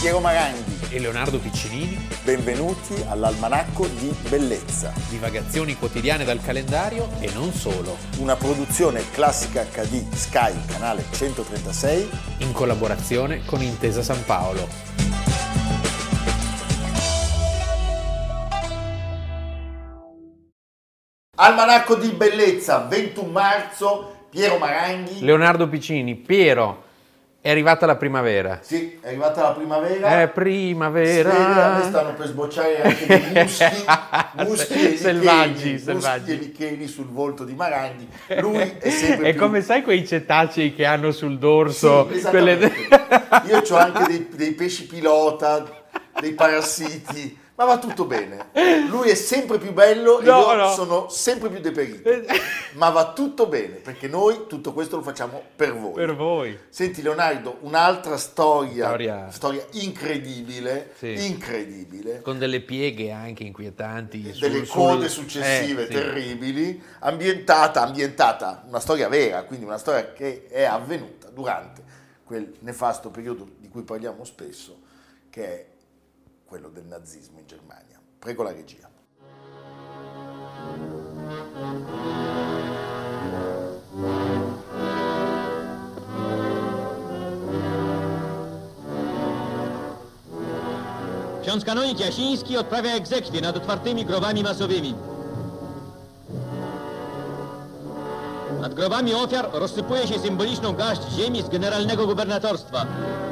Piero Maranghi e Leonardo Piccinini. Benvenuti all'Almanacco di Bellezza. Divagazioni quotidiane dal calendario e non solo. Una produzione Classica HD Sky, canale 136. In collaborazione con Intesa San Paolo. Almanacco di Bellezza, 21 marzo, Piero Maranghi. Leonardo Piccinini. Piero, è arrivata la primavera. Sì, è arrivata la primavera. È primavera. Si vede, a me stanno per sbocciare anche dei muschi selvaggi. Muschi e licheni sul volto di Maranghi. Lui è sempre più... come sai quei cetacei che hanno sul dorso? Sì, Io ho anche dei pesci pilota, dei parassiti. Ma va tutto bene. Lui è sempre più bello e io sono sempre più deperito. Ma va tutto bene, perché noi tutto questo lo facciamo per voi. Per voi. Senti Leonardo, un'altra storia incredibile, sì. Incredibile. Con delle pieghe anche inquietanti. Delle code successive terribili, ambientata, una storia vera, quindi una storia che è avvenuta durante quel nefasto periodo di cui parliamo spesso, che è quello del nazismo in Germania. Prego la regia. Ksiądz kanonik Jasiński odprawia egzekwie nad otwartymi grobami masowymi. Nad grobami ofiar rozsypuje się symboliczną garść ziemi z generalnego gubernatorstwa.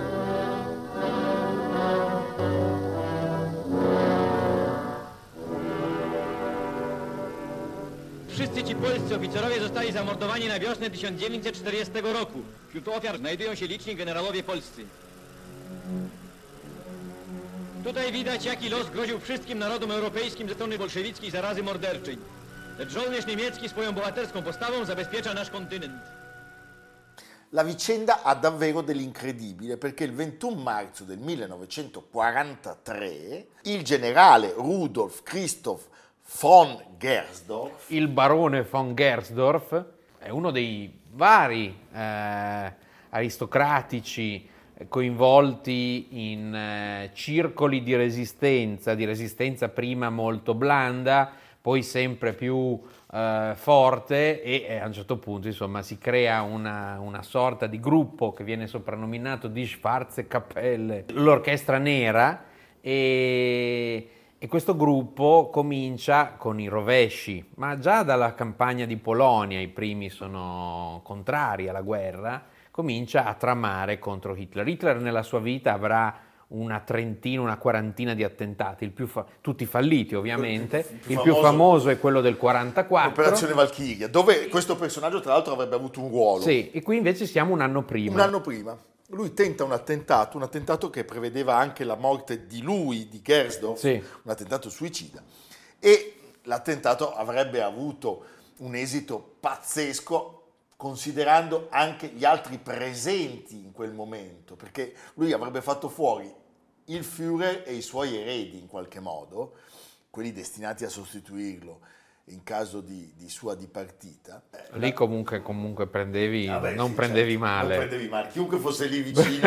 Wszyscy ci polscy oficerowie zostali zamordowani na wiosnę 1940 roku. Wśród ofiar znajdują się liczni generałowie polscy. Tutaj widać, jaki los groził wszystkim narodom europejskim ze strony bolszewickiej zarazy morderczej. Lecz żołnierz niemiecki swoją bohaterską postawą zabezpiecza nasz kontynent. La vicenda ha davvero dell'incredibile, perché il 21 marzo del 1943 il generale Rudolf Christoph von Gersdorf, il barone von Gersdorf, è uno dei vari aristocratici coinvolti in circoli di resistenza prima molto blanda, poi sempre più forte e a un certo punto insomma si crea una sorta di gruppo che viene soprannominato Die Schwarze Kapelle, l'orchestra nera, e questo gruppo comincia con i rovesci, ma già dalla campagna di Polonia, i primi sono contrari alla guerra, comincia a tramare contro Hitler. Hitler nella sua vita avrà una trentina, una quarantina di attentati, tutti falliti ovviamente. Il più famoso è quello del 44. Operazione Valchiria, dove questo personaggio tra l'altro avrebbe avuto un ruolo. Sì, e qui invece siamo un anno prima. Un anno prima. Lui tenta un attentato che prevedeva anche la morte di lui, di Gersdorf, sì. Un attentato suicida. E l'attentato avrebbe avuto un esito pazzesco, considerando anche gli altri presenti in quel momento, perché lui avrebbe fatto fuori il Führer e i suoi eredi in qualche modo, quelli destinati a sostituirlo in caso di sua dipartita. Lì comunque prendevi, prendevi male. Non prendevi male, chiunque fosse lì vicino.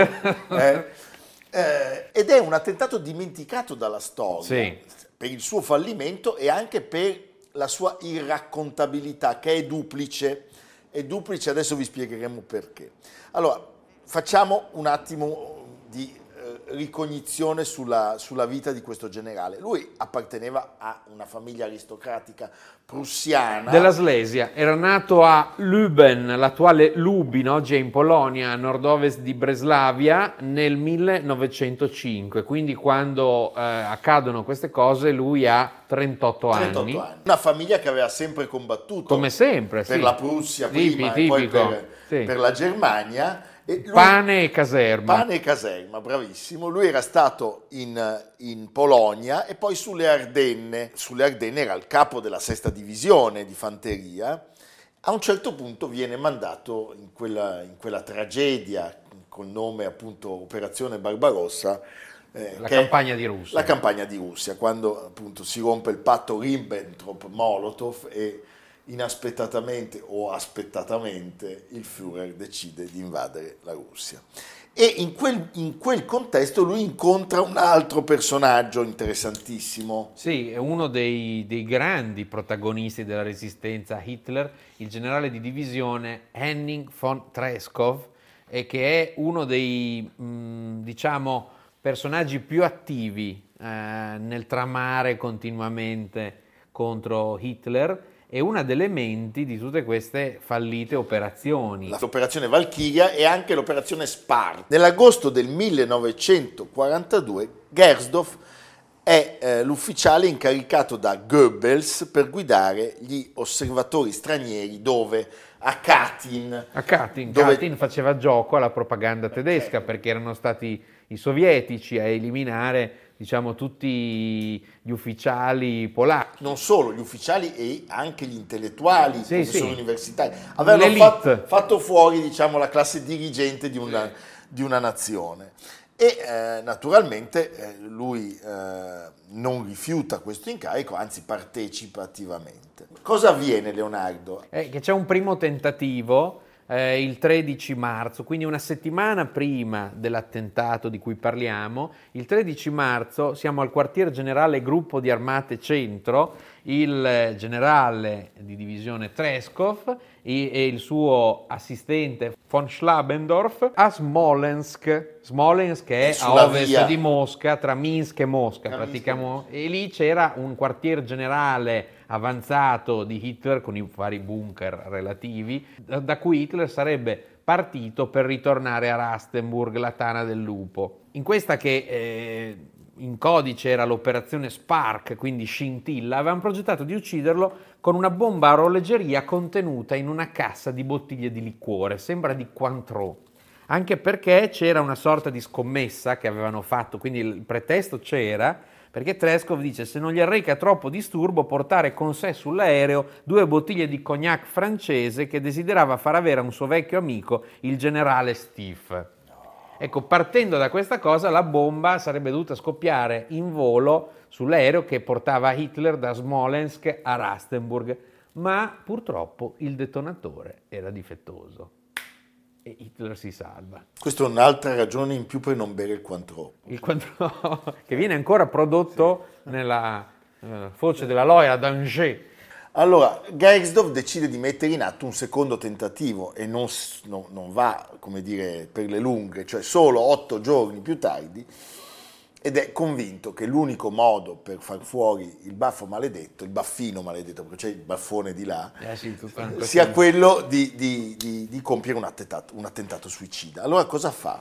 Ed è un attentato dimenticato dalla storia, sì. Per il suo fallimento e anche per la sua irraccontabilità, che è duplice. Adesso vi spiegheremo perché. Allora, facciamo un attimo di ricognizione sulla vita di questo generale. Lui apparteneva a una famiglia aristocratica prussiana. Della Slesia. Era nato a Lüben, l'attuale Lubin, oggi è in Polonia, a nord-ovest di Breslavia, nel 1905. Quindi quando accadono queste cose lui ha 38 anni. Una famiglia che aveva sempre combattuto. Come sempre, per la Prussia prima e poi per la Germania. E lui, pane e caserma, bravissimo. Lui era stato in Polonia e poi sulle Ardenne era il capo della 6ª divisione di fanteria. A un certo punto viene mandato in quella tragedia col nome appunto Operazione Barbarossa, la campagna di Russia. La campagna di Russia, quando appunto si rompe il patto Ribbentrop-Molotov e inaspettatamente o aspettatamente il Führer decide di invadere la Russia. E in quel contesto lui incontra un altro personaggio interessantissimo. Sì, è uno dei grandi protagonisti della resistenza a Hitler, il generale di divisione Henning von Treschow, e che è uno dei, diciamo, personaggi più attivi nel tramare continuamente contro Hitler, è una delle menti di tutte queste fallite operazioni. L'operazione Valchiria e anche l'operazione Spar. Nell'agosto del 1942 Gersdorf è l'ufficiale incaricato da Goebbels per guidare gli osservatori stranieri dove? A Katyn. A Katyn. Katyn faceva gioco alla propaganda tedesca, perché erano stati i sovietici a eliminare, diciamo, tutti gli ufficiali polacchi. Non solo, gli ufficiali e anche gli intellettuali, sì, professori universitari. Avevano fatto fuori, diciamo, la classe dirigente di una nazione. E naturalmente lui non rifiuta questo incarico, anzi partecipa attivamente. Cosa avviene, Leonardo? Che c'è un primo tentativo il 13 marzo, quindi una settimana prima dell'attentato di cui parliamo. Il 13 marzo siamo al quartier generale Gruppo di Armate Centro, il generale di divisione Treskov e il suo assistente von Schlabendorf a Smolensk. Smolensk è a ovest di Mosca, tra Minsk e Mosca, praticamente. E lì c'era un quartier generale avanzato di Hitler con i vari bunker relativi, da cui Hitler sarebbe partito per ritornare a Rastenburg, la Tana del Lupo. In questa, che in codice era l'operazione Spark, quindi scintilla, avevano progettato di ucciderlo con una bomba a orologeria contenuta in una cassa di bottiglie di liquore, sembra di Cointreau, anche perché c'era una sorta di scommessa che avevano fatto, quindi il pretesto c'era, perché Treskov dice: se non gli arreca troppo disturbo portare con sé sull'aereo 2 bottiglie di cognac francese che desiderava far avere a un suo vecchio amico, il generale Stieff. Ecco, partendo da questa cosa, la bomba sarebbe dovuta scoppiare in volo sull'aereo che portava Hitler da Smolensk a Rastenburg, ma purtroppo il detonatore era difettoso e Hitler si salva. Questa è un'altra ragione in più per non bere il Cointreau. Il Cointreau, che viene ancora prodotto nella foce della Loira d'Angers. Allora, Gersdorf decide di mettere in atto un secondo tentativo e non va, come dire, per le lunghe, cioè solo 8 giorni più tardi, ed è convinto che l'unico modo per far fuori il baffo maledetto, il baffino maledetto, perché c'è il baffone di là, sia quello di compiere un attentato suicida. Allora cosa fa?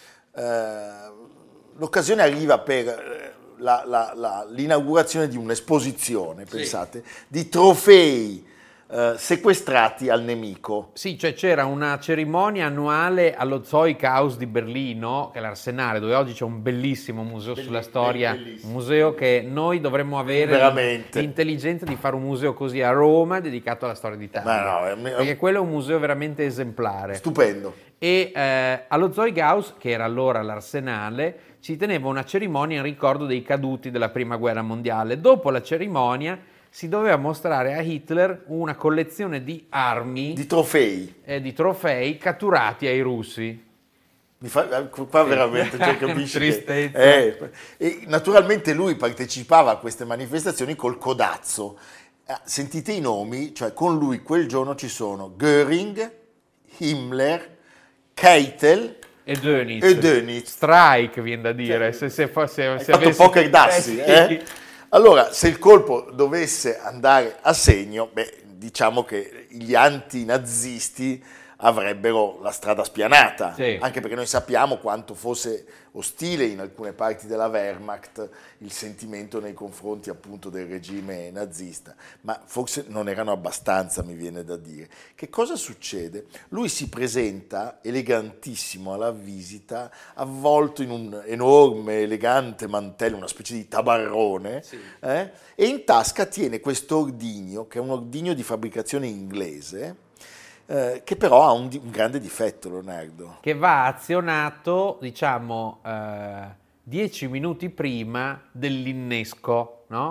L'occasione arriva per l'inaugurazione di un'esposizione, pensate, di trofei sequestrati al nemico. Sì, cioè c'era una cerimonia annuale allo Zeughaus di Berlino, che è l'Arsenale, dove oggi c'è un bellissimo museo sulla storia, un museo che noi dovremmo avere l'intelligenza di fare un museo così a Roma dedicato alla storia d'Italia, perché quello è un museo veramente esemplare. Stupendo. E allo Zeughaus, che era allora l'Arsenale, si teneva una cerimonia in ricordo dei caduti della Prima Guerra Mondiale. Dopo la cerimonia si doveva mostrare a Hitler una collezione di armi, di trofei catturati ai russi. Qua veramente capisci tristezza. E naturalmente lui partecipava a queste manifestazioni col codazzo. Sentite i nomi, cioè con lui quel giorno ci sono Göring, Himmler, Keitel e Dönitz. Strike, viene da dire. Cioè, se fatto poker dassi. Sì. Allora, se il colpo dovesse andare a segno, diciamo che gli antinazisti avrebbero la strada spianata, sì. Anche perché noi sappiamo quanto fosse ostile in alcune parti della Wehrmacht il sentimento nei confronti appunto del regime nazista, ma forse non erano abbastanza, mi viene da dire. Che cosa succede? Lui si presenta elegantissimo alla visita, avvolto in un enorme, elegante mantello, una specie di tabarrone, sì. E in tasca tiene questo ordigno, che è un ordigno di fabbricazione inglese, che però ha un grande difetto, Leonardo. Che va azionato, diciamo, 10 minuti prima dell'innesco, no?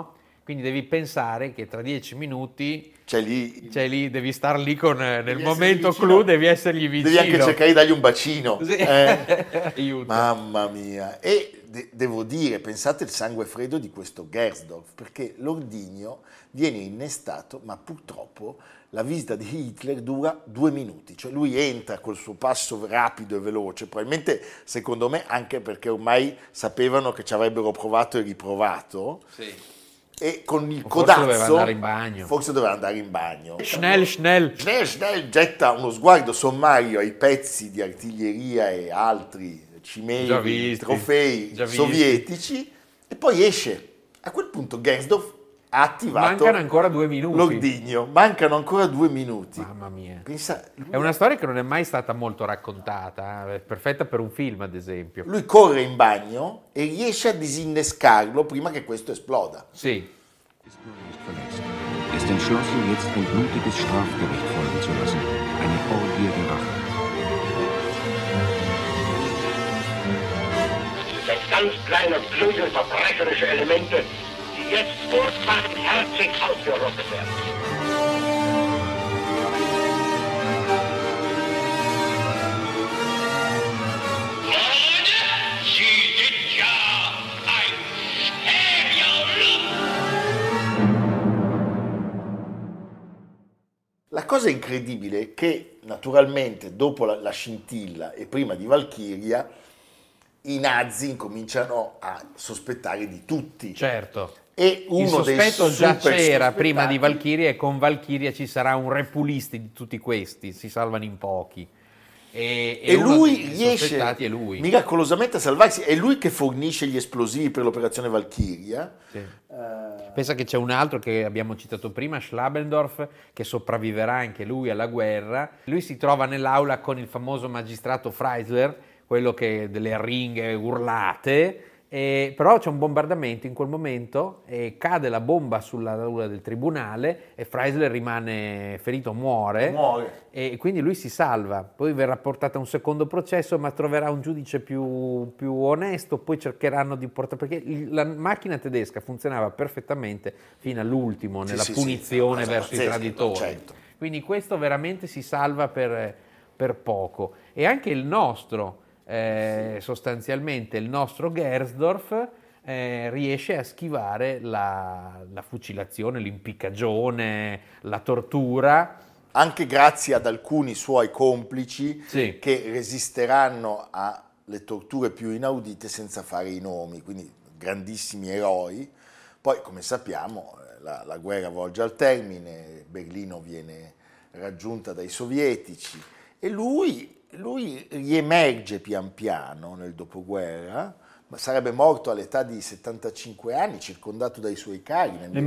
Quindi devi pensare che tra 10 minuti c'è lì, devi star lì nel momento clou, devi essergli vicino. Devi anche cercare di dargli un bacino. Sì. Mamma mia. E devo dire, pensate il sangue freddo di questo Gersdorff, perché l'ordigno viene innestato, ma purtroppo la visita di Hitler dura 2 minuti, cioè lui entra col suo passo rapido e veloce, probabilmente secondo me anche perché ormai sapevano che ci avrebbero provato e riprovato, sì. E con il codazzo forse doveva andare in bagno. Schnell, getta uno sguardo sommario ai pezzi di artiglieria e altri cimeli, trofei sovietici e poi esce. A quel punto Gersdorff ha attivato. Mancano ancora 2 minuti. L'ordigno, mancano ancora 2 minuti. Mamma mia. Lui... È una storia che non è mai stata molto raccontata, è perfetta per un film, ad esempio. Lui corre in bagno e riesce a disinnescarlo prima che questo esploda. Sì. Ist entschlossen, jetzt ein blutiges Strafgericht folgen zu lassen. Eine Orgie der Rache. Es sind ganz kleine Flügel verbrecherische Elemente, die jetzt furchtbarherzig ausgerottet werden. La cosa incredibile è che naturalmente dopo la scintilla e prima di Valchiria i nazi incominciano a sospettare di tutti. Certo. E uno il sospetto dei già c'era prima di Valchiria e con Valchiria ci sarà un repulisti di tutti questi, si salvano in pochi. E lui riesce è lui. Miracolosamente a salvarsi, è lui che fornisce gli esplosivi per l'operazione Valchiria. Sì. Pensa che c'è un altro che abbiamo citato prima, Schlabendorf, che sopravviverà anche lui alla guerra. Lui si trova nell'aula con il famoso magistrato Freisler, quello che delle arringhe urlate, però c'è un bombardamento in quel momento e cade la bomba sull'aula del tribunale e Freisler rimane ferito, muore e quindi lui si salva. Poi verrà portato a un secondo processo, ma troverà un giudice più onesto, poi cercheranno di portare, perché la macchina tedesca funzionava perfettamente fino all'ultimo nella punizione verso i traditori. Certo. Quindi questo veramente si salva per poco. E anche il nostro sostanzialmente il nostro Gersdorff riesce a schivare la fucilazione, l'impiccagione, la tortura. Anche grazie ad alcuni suoi complici sì. che resisteranno alle torture più inaudite senza fare i nomi, quindi grandissimi eroi. Poi, come sappiamo, la guerra volge al termine, Berlino viene raggiunta dai sovietici e lui riemerge pian piano nel dopoguerra, ma sarebbe morto all'età di 75 anni, circondato dai suoi cari nel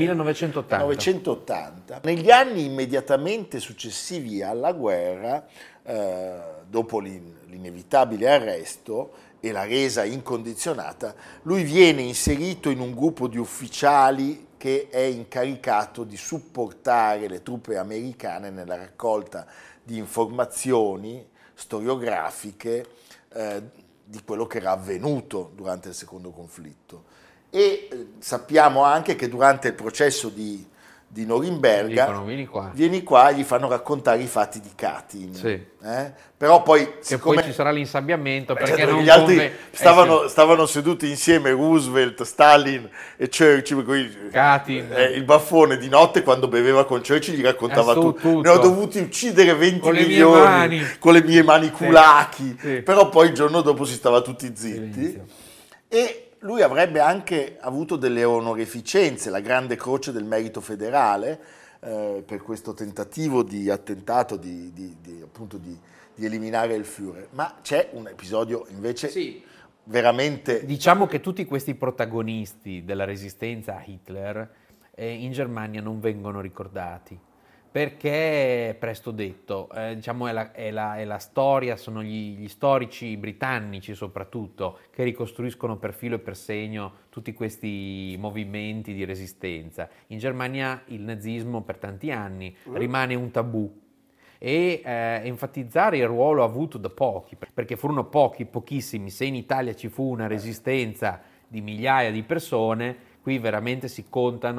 1980. Negli anni immediatamente successivi alla guerra, dopo l'inevitabile arresto e la resa incondizionata, lui viene inserito in un gruppo di ufficiali che è incaricato di supportare le truppe americane nella raccolta di informazioni storiografiche di quello che era avvenuto durante il secondo conflitto. E sappiamo anche che durante il processo di Norimberga vieni qua e gli fanno raccontare i fatti di Katyn. Sì. Però poi poi ci sarà l'insabbiamento perché gli altri stavano seduti insieme, Roosevelt, Stalin e Churchill, Katyn. Il baffone di notte quando beveva con Churchill gli raccontava tutto. Ne ho dovuti uccidere 20 milioni con le mie mani kulaki, sì. Però poi il giorno dopo si stava tutti zitti. E lui avrebbe anche avuto delle onoreficenze, la Grande Croce del Merito Federale, per questo tentativo di attentato appunto di eliminare il Führer. Ma c'è un episodio invece veramente... Diciamo che tutti questi protagonisti della resistenza a Hitler in Germania non vengono ricordati. Perché, presto detto, diciamo è la storia, sono gli storici britannici soprattutto, che ricostruiscono per filo e per segno tutti questi movimenti di resistenza. In Germania il nazismo per tanti anni rimane un tabù e enfatizzare il ruolo avuto da pochi, perché furono pochissimi, se in Italia ci fu una resistenza di migliaia di persone, qui veramente si contano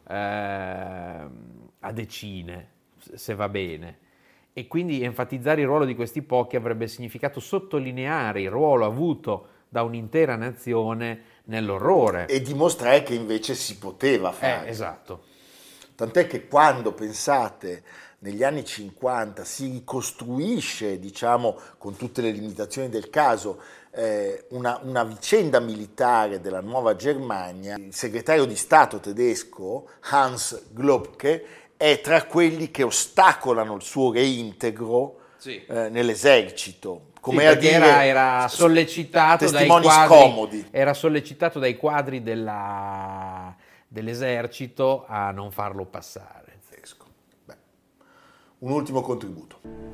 a decine, se va bene. E quindi enfatizzare il ruolo di questi pochi avrebbe significato sottolineare il ruolo avuto da un'intera nazione nell'orrore. E dimostrare che invece si poteva fare. Esatto. Tant'è che quando, pensate, negli anni 50 si ricostruisce, diciamo, con tutte le limitazioni del caso, una vicenda militare della Nuova Germania, il segretario di Stato tedesco Hans Globke è tra quelli che ostacolano il suo reintegro nell'esercito. Come a dire, era sollecitato testimoni dai quadri, scomodi. Era sollecitato dai quadri dell'esercito a non farlo passare. Beh, un ultimo contributo.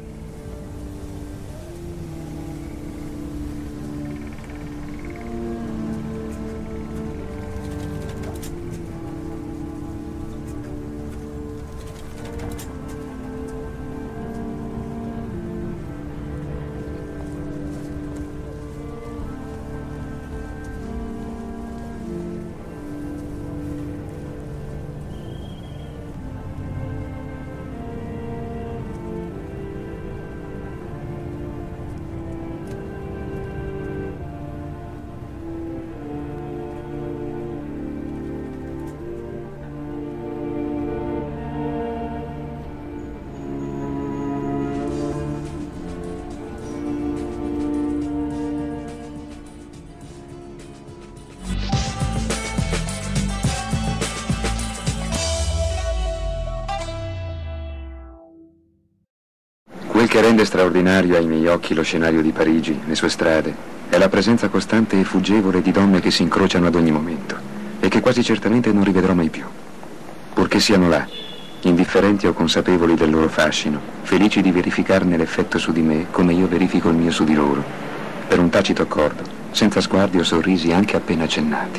Quel che rende straordinario ai miei occhi lo scenario di Parigi, le sue strade, è la presenza costante e fuggevole di donne che si incrociano ad ogni momento e che quasi certamente non rivedrò mai più. Purché siano là, indifferenti o consapevoli del loro fascino, felici di verificarne l'effetto su di me come io verifico il mio su di loro, per un tacito accordo, senza sguardi o sorrisi anche appena accennati.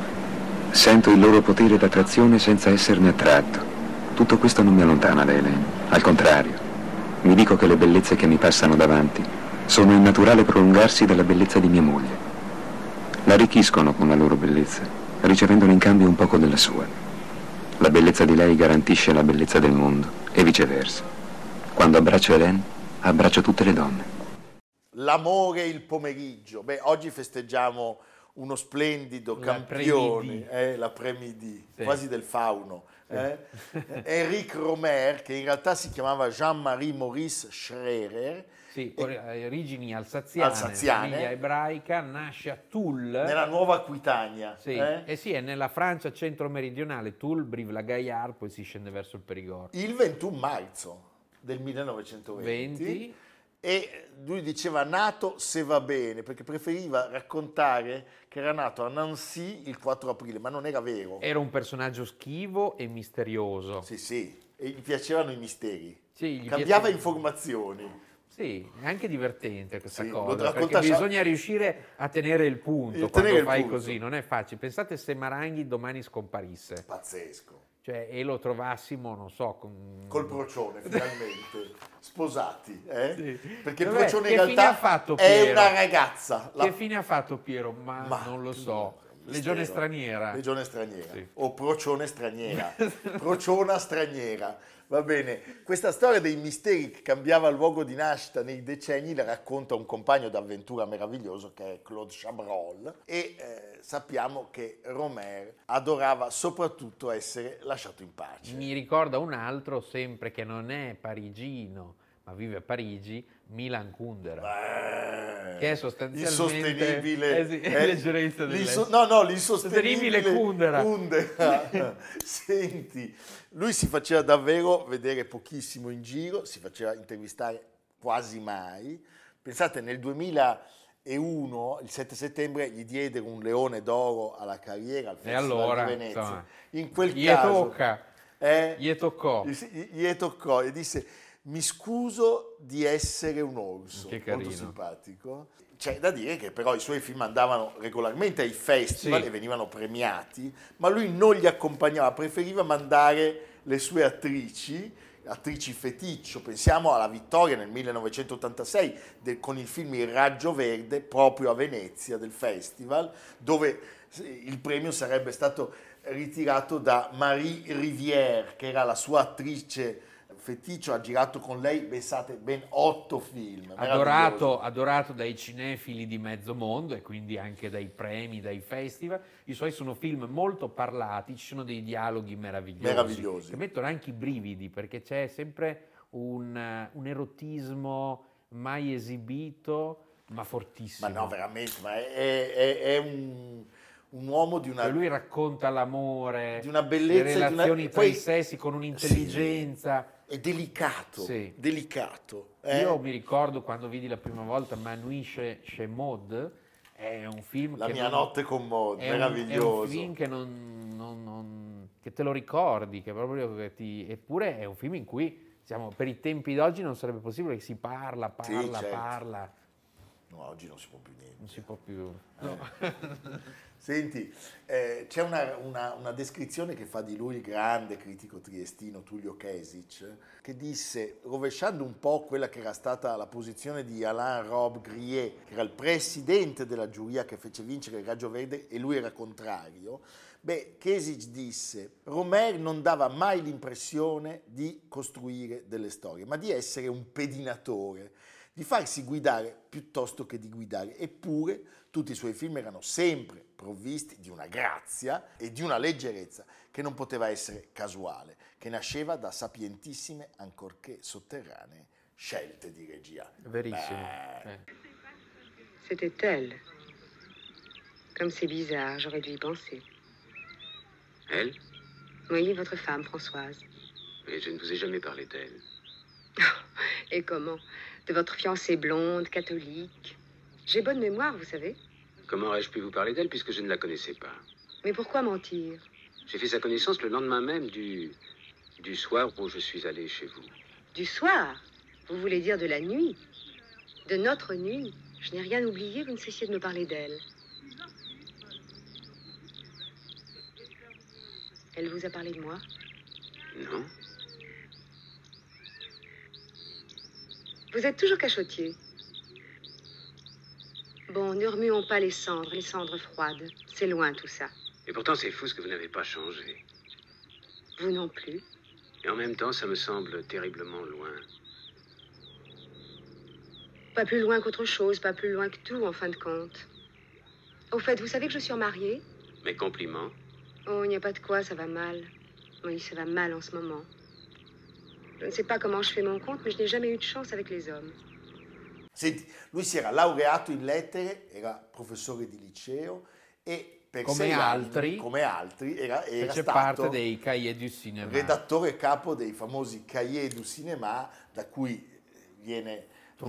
Sento il loro potere d'attrazione senza esserne attratto. Tutto questo non mi allontana da Hélène, al contrario. Mi dico che le bellezze che mi passano davanti sono il naturale prolungarsi della bellezza di mia moglie. La arricchiscono con la loro bellezza, ricevendone in cambio un poco della sua. La bellezza di lei garantisce la bellezza del mondo e viceversa. Quando abbraccio Hélène, abbraccio tutte le donne. L'amore il pomeriggio. Beh, oggi festeggiamo uno splendido campione, l'après-midi, sì, quasi del fauno. Enrique Romer, che in realtà si chiamava Jean-Marie Maurice Schrerer, sì, origini alsaziane, famiglia ebraica, nasce a Toul, nella Nuova Aquitania. Sì, sì, è nella Francia centro-meridionale, Toul, Brive-la-Gaillarde, poi si scende verso il Périgord. Il 21 marzo del 1920. E lui diceva nato se va bene, perché preferiva raccontare che era nato a Nancy il 4 aprile, ma non era vero. Era un personaggio schivo e misterioso. Sì, sì, e gli piacevano i misteri. Sì, cambiava informazioni. Sì, è anche divertente questa sì, cosa, perché bisogna riuscire a tenere il punto quando fai così, non è facile. Pensate se Maranghi domani scomparisse. Pazzesco. Cioè, e lo trovassimo, non so, col procione, finalmente, sposati, Sì. Perché il procione in realtà è una ragazza. Che fine ha fatto Piero? Ma non lo so. Legione straniera. Legione straniera, sì. O procione straniera, prociona straniera. Va bene, questa storia dei misteri che cambiava luogo di nascita nei decenni la racconta un compagno d'avventura meraviglioso che è Claude Chabrol e sappiamo che Romer adorava soprattutto essere lasciato in pace. Mi ricorda un altro, sempre che non è parigino, ma vive a Parigi, Milan Kundera, che è sostanzialmente l'insostenibile Kundera. Senti, lui si faceva davvero vedere pochissimo in giro, si faceva intervistare quasi mai. Pensate, nel 2001, il 7 settembre, gli diedero un Leone d'Oro alla carriera al Festival di Venezia. Insomma, in quel caso gli toccò e disse: mi scuso di essere un orso. Che carino. Molto simpatico. C'è da dire che però i suoi film andavano regolarmente ai festival, sì, e venivano premiati, ma lui non li accompagnava, preferiva mandare le sue attrici feticcio. Pensiamo alla vittoria nel 1986 con il film Il Raggio Verde, proprio a Venezia del festival, dove il premio sarebbe stato ritirato da Marie Rivière, che era la sua attrice feticcio, ha girato con lei, pensate, ben 8 film. Adorato dai cinefili di mezzo mondo e quindi anche dai premi, dai festival. I suoi sono film molto parlati, ci sono dei dialoghi meravigliosi. Che mettono anche i brividi, perché c'è sempre un erotismo mai esibito, ma fortissimo. Ma no, veramente, ma è un uomo di una... E lui racconta l'amore, di una bellezza, le relazioni tra i sessi con un'intelligenza. Sì, è delicato, sì. Delicato. Io mi ricordo quando vidi la prima volta Manouche chez Maud, è un film La mia notte con Maud, meraviglioso. È un film che che te lo ricordi, che proprio eppure è un film in cui per i tempi d'oggi non sarebbe possibile che si parla. Sì, certo. Parla. No, oggi non si può più niente. Non si può più. No. Senti, c'è una descrizione che fa di lui il grande critico triestino Tullio Kesic, che disse, rovesciando un po' quella che era stata la posizione di Alain Robbe-Grillet, che era il presidente della giuria che fece vincere il Raggio Verde e lui era contrario, Kesic disse, Rohmer non dava mai l'impressione di costruire delle storie, ma di essere un pedinatore, di farsi guidare piuttosto che di guidare, eppure tutti i suoi film erano sempre provvisti di una grazia e di una leggerezza che non poteva essere casuale, che nasceva da sapientissime, ancorché sotterranee, scelte di regia. Verissimo. C'était elle. Comme c'est bizarre, j'aurais dû y penser. Elle? Oui, votre femme, Françoise. Mais je ne vous ai jamais parlé d'elle. Et comment? De votre fiancée blonde, catholique. J'ai bonne mémoire, vous savez. Comment aurais-je pu vous parler d'elle puisque je ne la connaissais pas? Mais pourquoi mentir? J'ai fait sa connaissance le lendemain même du soir où je suis allé chez vous. Du soir? Vous voulez dire de la nuit? De notre nuit? Je n'ai rien oublié, vous ne cessiez de me parler d'elle. Elle vous a parlé de moi? Non. Vous êtes toujours cachotier. Bon, ne remuons pas les cendres froides. C'est loin tout ça. Et pourtant, c'est fou ce que vous n'avez pas changé. Vous non plus. Et en même temps, ça me semble terriblement loin. Pas plus loin qu'autre chose, pas plus loin que tout, en fin de compte. Au fait, vous savez que je suis mariée? Mes compliments. Oh, il n'y a pas de quoi, ça va mal. Oui, ça va mal en ce moment. Je ne sais pas comment je fais mon compte, mais je n'ai jamais eu de chance avec les hommes. Senti, lui si era laureato in lettere, era professore di liceo e per come altri era fece stato parte dei Cahiers du Cinéma. Redattore capo dei famosi Cahiers du Cinéma, da cui viene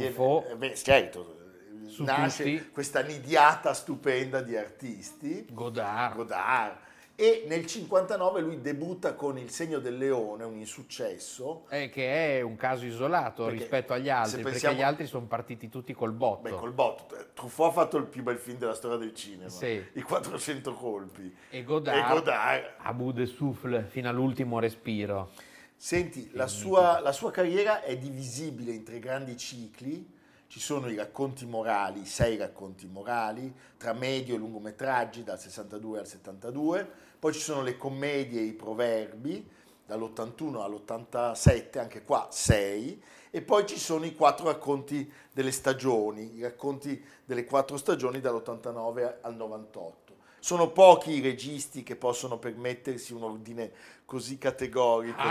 certo, nasce tutti. Questa nidiata stupenda di artisti. Godard. E nel 59 lui debutta con Il segno del leone, un insuccesso. Che è un caso isolato rispetto agli altri, perché gli altri sono partiti tutti col botto. Col botto. Truffaut ha fatto il più bel film della storia del cinema, sì. I 400 colpi. E Godard a bout de souffle, fino all'ultimo respiro. Senti, la sua carriera è divisibile in 3 grandi cicli. Ci sono i racconti morali, 6 racconti morali, tra medio e lungometraggi dal 62 al 72, poi ci sono le commedie e i proverbi, dall'81 all'87, anche qua 6, e poi ci sono i 4 racconti delle stagioni, i racconti delle 4 stagioni dall'89 al 98. Sono pochi i registi che possono permettersi un ordine così categorico.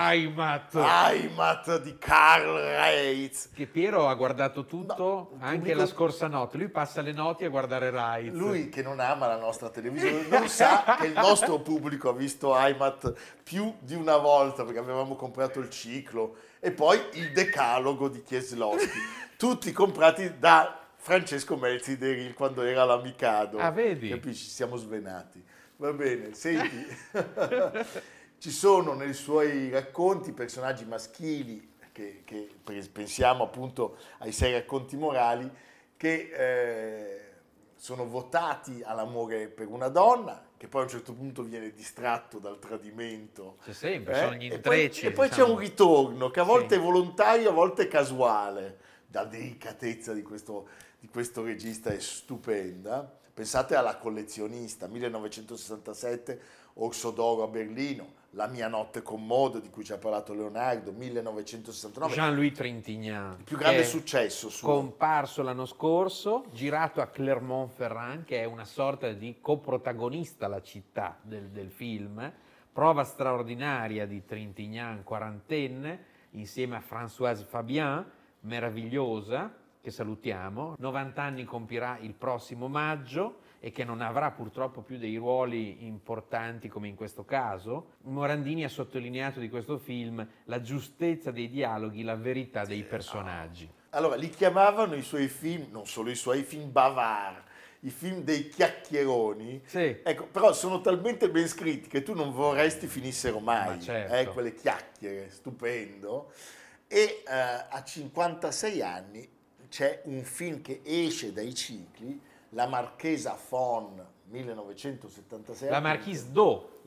Heimat di Karl Reitz. Che Piero ha guardato tutto, anche la scorsa notte. Lui passa le notti a guardare Reitz. Lui che non ama la nostra televisione non sa che il nostro pubblico ha visto Heimat più di una volta, perché avevamo comprato il ciclo e poi il decalogo di Kieslowski, tutti comprati da Francesco Melzi Deril quando era all'Amicado. Vedi? Capisci? Siamo svenati. Va bene, senti. Ci sono nei suoi racconti personaggi maschili che pensiamo appunto ai 6 racconti morali che sono votati all'amore per una donna, che poi a un certo punto viene distratto dal tradimento. C'è sempre, sono gli intrecci. E poi c'è un ritorno che a volte è volontario, a volte è casuale. La delicatezza di questo regista è stupenda. Pensate alla Collezionista, 1967, Orso d'Oro a Berlino, La mia notte con Maud, di cui ci ha parlato Leonardo, 1969. Jean-Louis Trintignant, il più grande successo suo. Comparso l'anno scorso, girato a Clermont-Ferrand, che è una sorta di coprotagonista, la città del film. Prova straordinaria di Trintignant, quarantenne, insieme a Françoise Fabian, meravigliosa, che salutiamo. 90 anni compirà il prossimo maggio e che non avrà purtroppo più dei ruoli importanti come in questo caso. Morandini ha sottolineato di questo film la giustezza dei dialoghi, la verità dei personaggi. Allora, li chiamavano i suoi film, non solo i suoi film bavard, i film dei chiacchieroni, sì. Ecco, però sono talmente ben scritti che tu non vorresti finissero mai, certo. Quelle chiacchiere, stupendo. E a 56 anni c'è un film che esce dai cicli, La Marchesa von 1976. La Marquise d'O,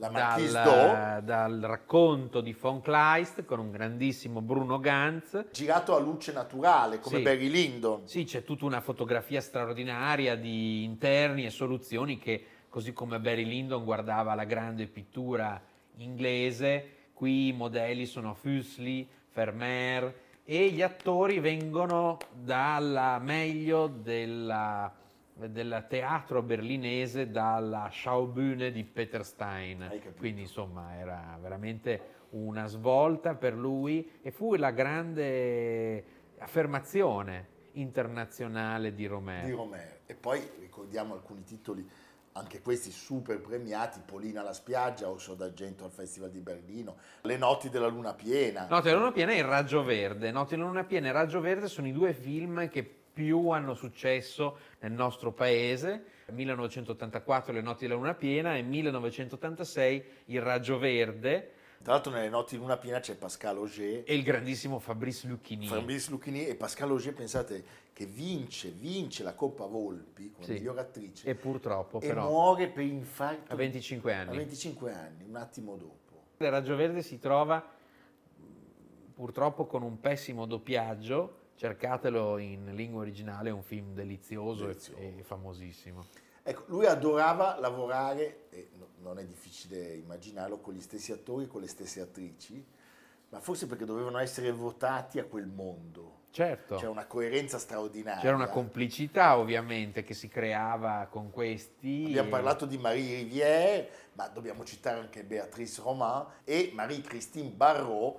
dal racconto di von Kleist con un grandissimo Bruno Ganz. Girato a luce naturale, come sì. Barry Lyndon. Sì, c'è tutta una fotografia straordinaria di interni e soluzioni che, così come Barry Lyndon guardava la grande pittura inglese, qui i modelli sono Fuseli, Vermeer, e gli attori vengono dalla meglio del teatro berlinese, dalla Schaubühne di Peter Stein. Quindi insomma era veramente una svolta per lui e fu la grande affermazione internazionale di Rohmer. E poi ricordiamo alcuni titoli, anche questi super premiati: Polina alla spiaggia, Orso d'argento al Festival di Berlino, Le notti della luna piena. Notti della luna piena e Il raggio verde. Notti della luna piena e Il raggio verde sono i due film che più hanno successo nel nostro paese. 1984 Le notti della luna piena e 1986 Il raggio verde. Tra l'altro nelle notti di luna piena c'è Pascal Auger e il grandissimo Fabrice Lucchini. E Pascal Auger, pensate, che vince la Coppa Volpi come miglior attrice e purtroppo e però muore per infarto a 25 anni. A 25 anni, un attimo dopo. Il raggio verde si trova purtroppo con un pessimo doppiaggio, cercatelo in lingua originale, è un film delizioso. E famosissimo. Ecco, lui adorava lavorare, e non è difficile immaginarlo, con gli stessi attori e con le stesse attrici, ma forse perché dovevano essere votati a quel mondo. Certo. C'è una coerenza straordinaria. C'era una complicità ovviamente che si creava con questi. Abbiamo parlato di Marie Rivière, ma dobbiamo citare anche Béatrice Roman et Marie-Christine Barrault,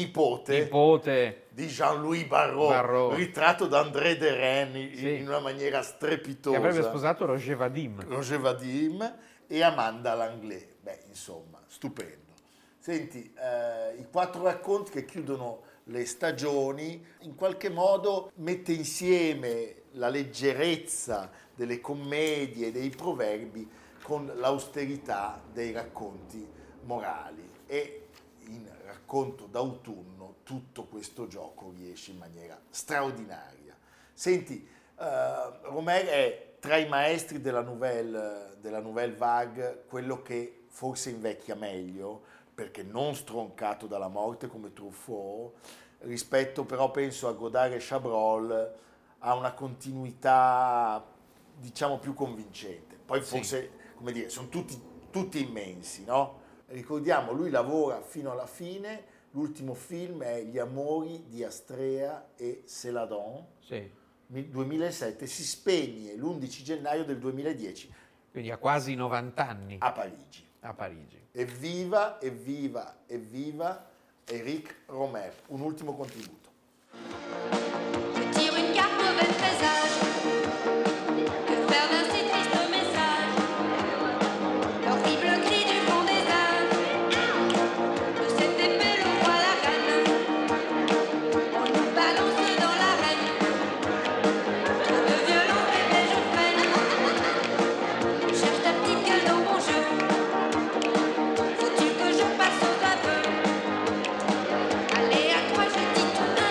nipote di Jean-Louis Barrault, ritratto da André Derain in una maniera strepitosa. Che avrebbe sposato Roger Vadim e Amanda Langlais. Beh, insomma, stupendo. Senti, i 4 racconti che chiudono le stagioni, in qualche modo mette insieme la leggerezza delle commedie, dei proverbi, con l'austerità dei racconti morali. E in Racconto d'autunno tutto questo gioco riesce in maniera straordinaria. Senti, Rohmer è tra i maestri della nouvelle vague quello che forse invecchia meglio, perché non stroncato dalla morte come Truffaut, rispetto però penso a Godard e Chabrol, ha una continuità diciamo più convincente. Poi forse, come dire, sono tutti immensi, no? Ricordiamo, lui lavora fino alla fine, l'ultimo film è Gli amori di Astrea e Céladon, 2007, si spegne l'11 gennaio del 2010. Quindi ha quasi 90 anni. A Parigi. Evviva, evviva, evviva Éric Rohmer. Un ultimo contributo. Allez, à toi je dis tout.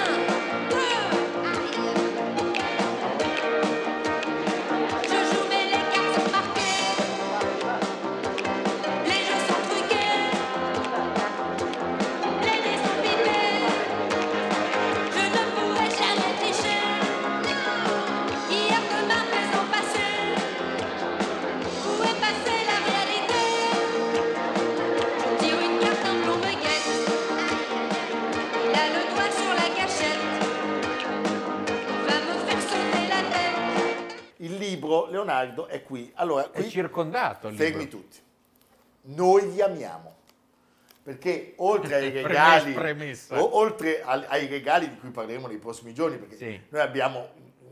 Leonardo è qui. Allora, qui è circondato. Fermi tutti. Noi vi amiamo. Perché oltre ai regali, oltre ai regali di cui parleremo nei prossimi giorni, perché noi abbiamo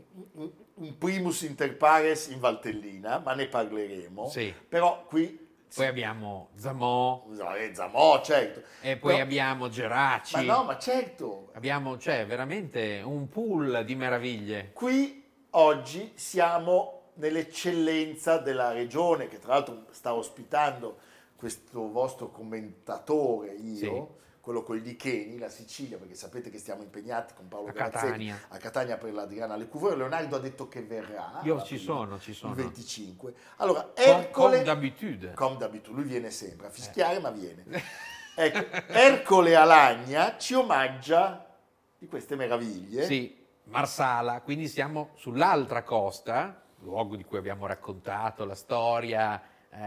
un primus inter pares in Valtellina, ma ne parleremo. Però qui poi abbiamo Zamò, certo. E poi abbiamo Geraci. Ma certo. Abbiamo, veramente un pool di meraviglie. Qui oggi siamo nell'eccellenza della regione, che tra l'altro sta ospitando questo vostro commentatore, quello con i licheni, la Sicilia, perché sapete che stiamo impegnati con Paolo Grazzelli a Catania per l'Adriana Lecouvreur. Leonardo ha detto che verrà. Io ci sono. Il 25. Allora, Ercole... Comme d'habitude. Lui viene sempre a fischiare, ma viene. Ecco, Ercole Alagna ci omaggia di queste meraviglie. Sì, Marsala, quindi siamo sull'altra costa, luogo di cui abbiamo raccontato la storia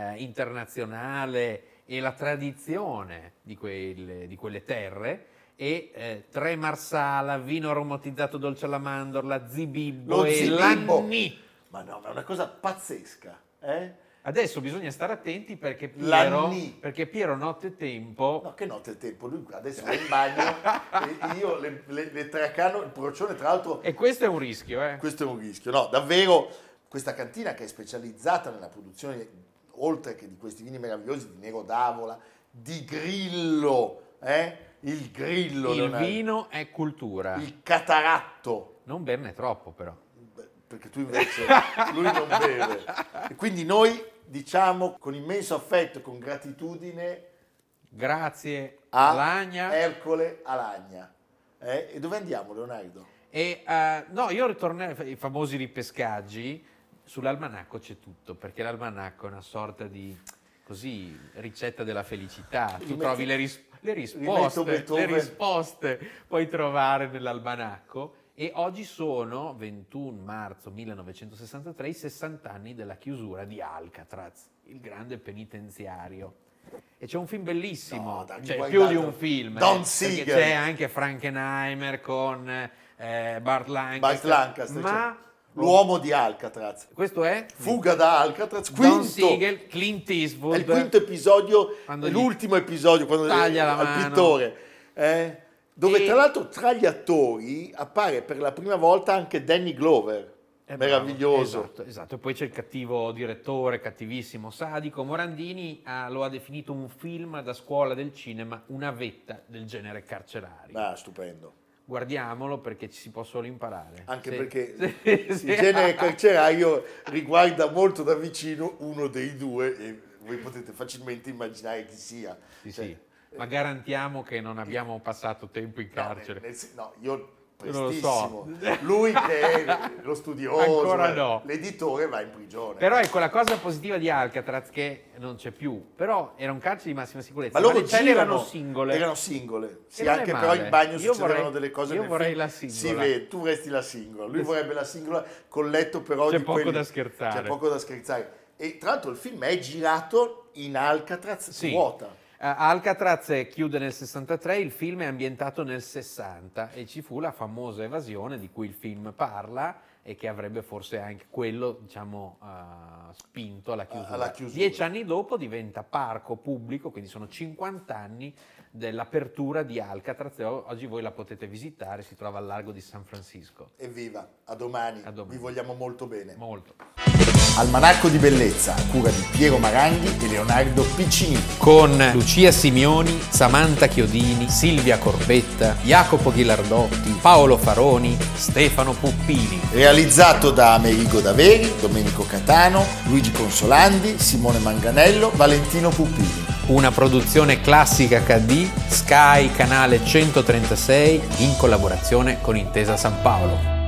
internazionale e la tradizione di quelle terre, e tre Marsala, vino aromatizzato dolce alla mandorla, Zibibbo e Lanni. Ma no, ma è una cosa pazzesca, Adesso bisogna stare attenti perché Piero nottetempo... No, che nottetempo? Lui adesso è in bagno e io le tracano, il procione tra l'altro... E questo è un rischio, Questo è un rischio, no, davvero. Questa cantina che è specializzata nella produzione, oltre che di questi vini meravigliosi, di Nero d'Avola, di Grillo, il Grillo. Il vino è cultura. Il Cataratto. Non berne troppo però. Perché tu invece, lui non beve. E quindi noi diciamo con immenso affetto e con gratitudine grazie a Alagna. Ercole Alagna. E dove andiamo, Leonardo? No, io ritorno ai famosi ripescaggi. Sull'almanacco c'è tutto, perché l'almanacco è una sorta di ricetta della felicità. Tu trovi le risposte puoi trovare nell'almanacco. E oggi sono 21 marzo 1963 i 60 anni della chiusura di Alcatraz, il grande penitenziario. E c'è un film bellissimo, più di un film, perché c'è anche Frankenheimer con Burt Lancaster, ma l'uomo di Alcatraz. Questo è? Fuga da Alcatraz, Don Siegel, Clint Eastwood. È il quinto episodio, l'ultimo episodio, quando taglia la al mano. Pittore. Dove tra l'altro tra gli attori appare per la prima volta anche Danny Glover. Meraviglioso. Esatto. E poi c'è il cattivo direttore, cattivissimo, sadico. Morandini lo ha definito un film da scuola del cinema, una vetta del genere carcerario. Stupendo. Guardiamolo perché ci si può solo imparare. Anche perché il genere carcerario riguarda molto da vicino uno dei due e voi potete facilmente immaginare chi sia. Sì. Ma garantiamo che non abbiamo passato tempo in carcere. Io prestissimo. Non lo so. Lui che è lo studioso, ancora no. L'editore va in prigione. Però ecco, la cosa positiva di Alcatraz che non c'è più, però era un carcere di massima sicurezza. Ma loro le celle erano singole. Sì, anche però in bagno succedevano delle cose. Io vorrei la singola. Sì, vedi, tu vorresti la singola. Lui vorrebbe la singola col letto però c'è poco da scherzare. C'è poco da scherzare. E tra l'altro il film è girato in Alcatraz vuota. Alcatraz chiude nel 63, il film è ambientato nel 60 e ci fu la famosa evasione di cui il film parla e che avrebbe forse anche quello, spinto alla chiusura. 10 anni dopo diventa parco pubblico, quindi sono 50 anni dell'apertura di Alcatraz. Oggi voi la potete visitare, si trova al largo di San Francisco. Evviva, a domani. Vi vogliamo molto bene. Molto. Almanacco di bellezza a cura di Piero Maranghi e Leonardo Piccini, con Lucia Simioni, Samantha Chiodini, Silvia Corbetta, Jacopo Ghilardotti, Paolo Faroni, Stefano Puppini. Realizzato da Amerigo Daveri, Domenico Catano, Luigi Consolandi, Simone Manganello, Valentino Puppini. Una produzione Classica HD, Sky canale 136 in collaborazione con Intesa San Paolo.